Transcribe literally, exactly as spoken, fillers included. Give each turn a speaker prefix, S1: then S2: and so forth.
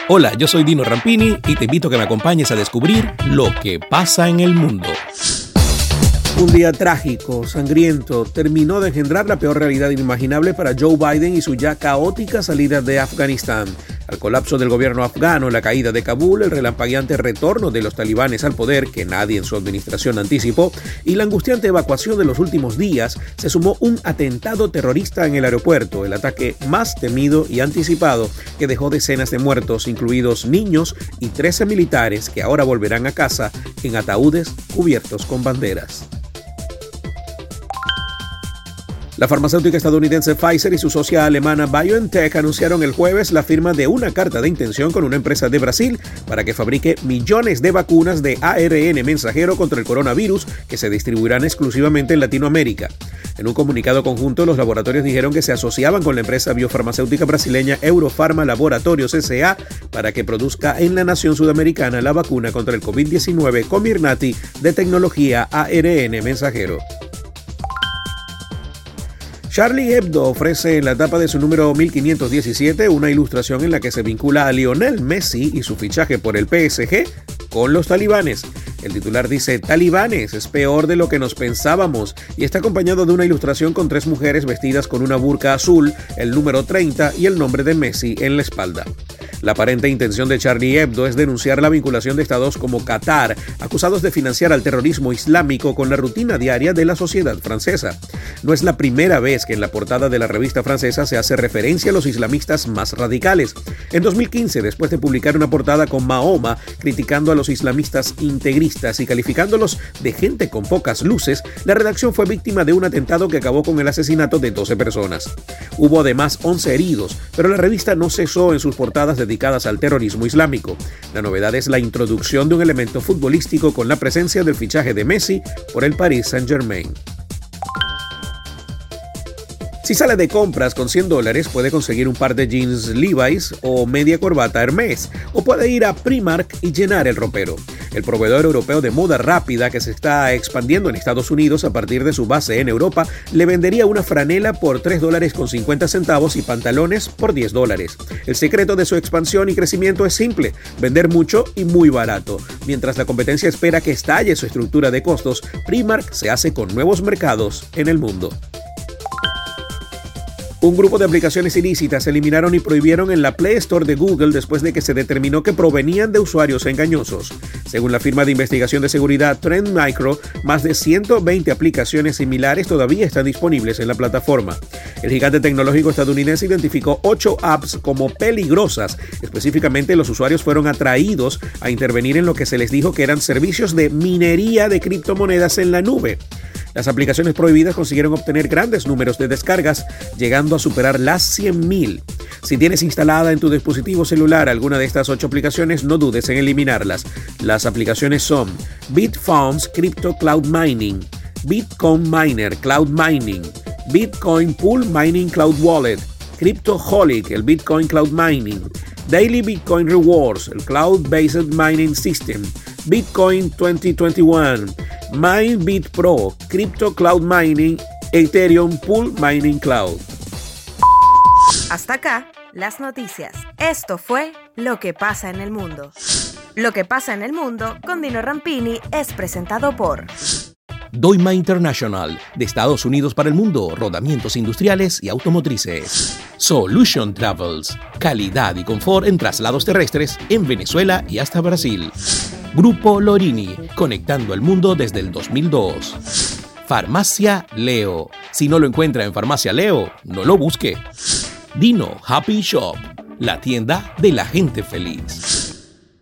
S1: Hola, yo soy Dino Rampini y te invito a que me acompañes a descubrir lo que pasa en el mundo.
S2: Un día trágico, sangriento, terminó de engendrar la peor realidad inimaginable para Joe Biden y su ya caótica salida de Afganistán. Al colapso del gobierno afgano, la caída de Kabul, el relampagueante retorno de los talibanes al poder, que nadie en su administración anticipó, y la angustiante evacuación de los últimos días, se sumó un atentado terrorista en el aeropuerto, el ataque más temido y anticipado, que dejó decenas de muertos, incluidos niños y trece militares que ahora volverán a casa en ataúdes cubiertos con banderas. La farmacéutica estadounidense Pfizer y su socia alemana BioNTech anunciaron el jueves la firma de una carta de intención con una empresa de Brasil para que fabrique millones de vacunas de A R N mensajero contra el coronavirus que se distribuirán exclusivamente en Latinoamérica. En un comunicado conjunto, los laboratorios dijeron que se asociaban con la empresa biofarmacéutica brasileña Eurofarma Laboratorios S A para que produzca en la nación sudamericana la vacuna contra el COVID diecinueve Comirnaty de tecnología A R N mensajero. Charlie Hebdo ofrece en la tapa de su número mil quinientos diecisiete una ilustración en la que se vincula a Lionel Messi y su fichaje por el P S G con los talibanes. El titular dice: "Talibanes, es peor de lo que nos pensábamos", y está acompañado de una ilustración con tres mujeres vestidas con una burka azul, el número treinta y el nombre de Messi en la espalda. La aparente intención de Charlie Hebdo es denunciar la vinculación de estados como Qatar, acusados de financiar al terrorismo islámico con la rutina diaria de la sociedad francesa. No es la primera vez que en la portada de la revista francesa se hace referencia a los islamistas más radicales. En dos mil quince, después de publicar una portada con Mahoma criticando a los islamistas integristas y calificándolos de gente con pocas luces, la redacción fue víctima de un atentado que acabó con el asesinato de doce personas. Hubo además once heridos, pero la revista no cesó en sus portadas de dedicadas al terrorismo islámico. La novedad es la introducción de un elemento futbolístico con la presencia del fichaje de Messi por el Paris Saint-Germain. Si sale de compras con cien dólares, puede conseguir un par de jeans Levi's o media corbata Hermès, o puede ir a Primark y llenar el ropero. El proveedor europeo de moda rápida que se está expandiendo en Estados Unidos a partir de su base en Europa le vendería una franela por tres dólares con cincuenta centavos y pantalones por diez dólares. El secreto de su expansión y crecimiento es simple: vender mucho y muy barato. Mientras la competencia espera que estalle su estructura de costos, Primark se hace con nuevos mercados en el mundo. Un grupo de aplicaciones ilícitas se eliminaron y prohibieron en la Play Store de Google después de que se determinó que provenían de usuarios engañosos. Según la firma de investigación de seguridad Trend Micro, más de ciento veinte aplicaciones similares todavía están disponibles en la plataforma. El gigante tecnológico estadounidense identificó ocho apps como peligrosas. Específicamente, los usuarios fueron atraídos a intervenir en lo que se les dijo que eran servicios de minería de criptomonedas en la nube. Las aplicaciones prohibidas consiguieron obtener grandes números de descargas, llegando a superar las cien mil. Si tienes instalada en tu dispositivo celular alguna de estas ocho aplicaciones, no dudes en eliminarlas. Las aplicaciones son Bitfarms Crypto Cloud Mining, Bitcoin Miner Cloud Mining, Bitcoin Pool Mining Cloud Wallet, Cryptoholic, el Bitcoin Cloud Mining, Daily Bitcoin Rewards, el Cloud Based Mining System, Bitcoin veinte veintiuno, MineBit Pro, Crypto Cloud Mining, Ethereum Pool Mining Cloud.
S3: Hasta acá las noticias. Esto fue Lo que pasa en el mundo. Lo que pasa en el mundo con Dino Rampini es presentado por
S1: Doima International, de Estados Unidos para el mundo, rodamientos industriales y automotrices. Solution Travels, calidad y confort en traslados terrestres en Venezuela y hasta Brasil. Grupo Lorini, conectando el mundo desde el dos mil dos. Farmacia Leo. Si no lo encuentra en Farmacia Leo, no lo busque. Dino Happy Shop, la tienda de la gente feliz.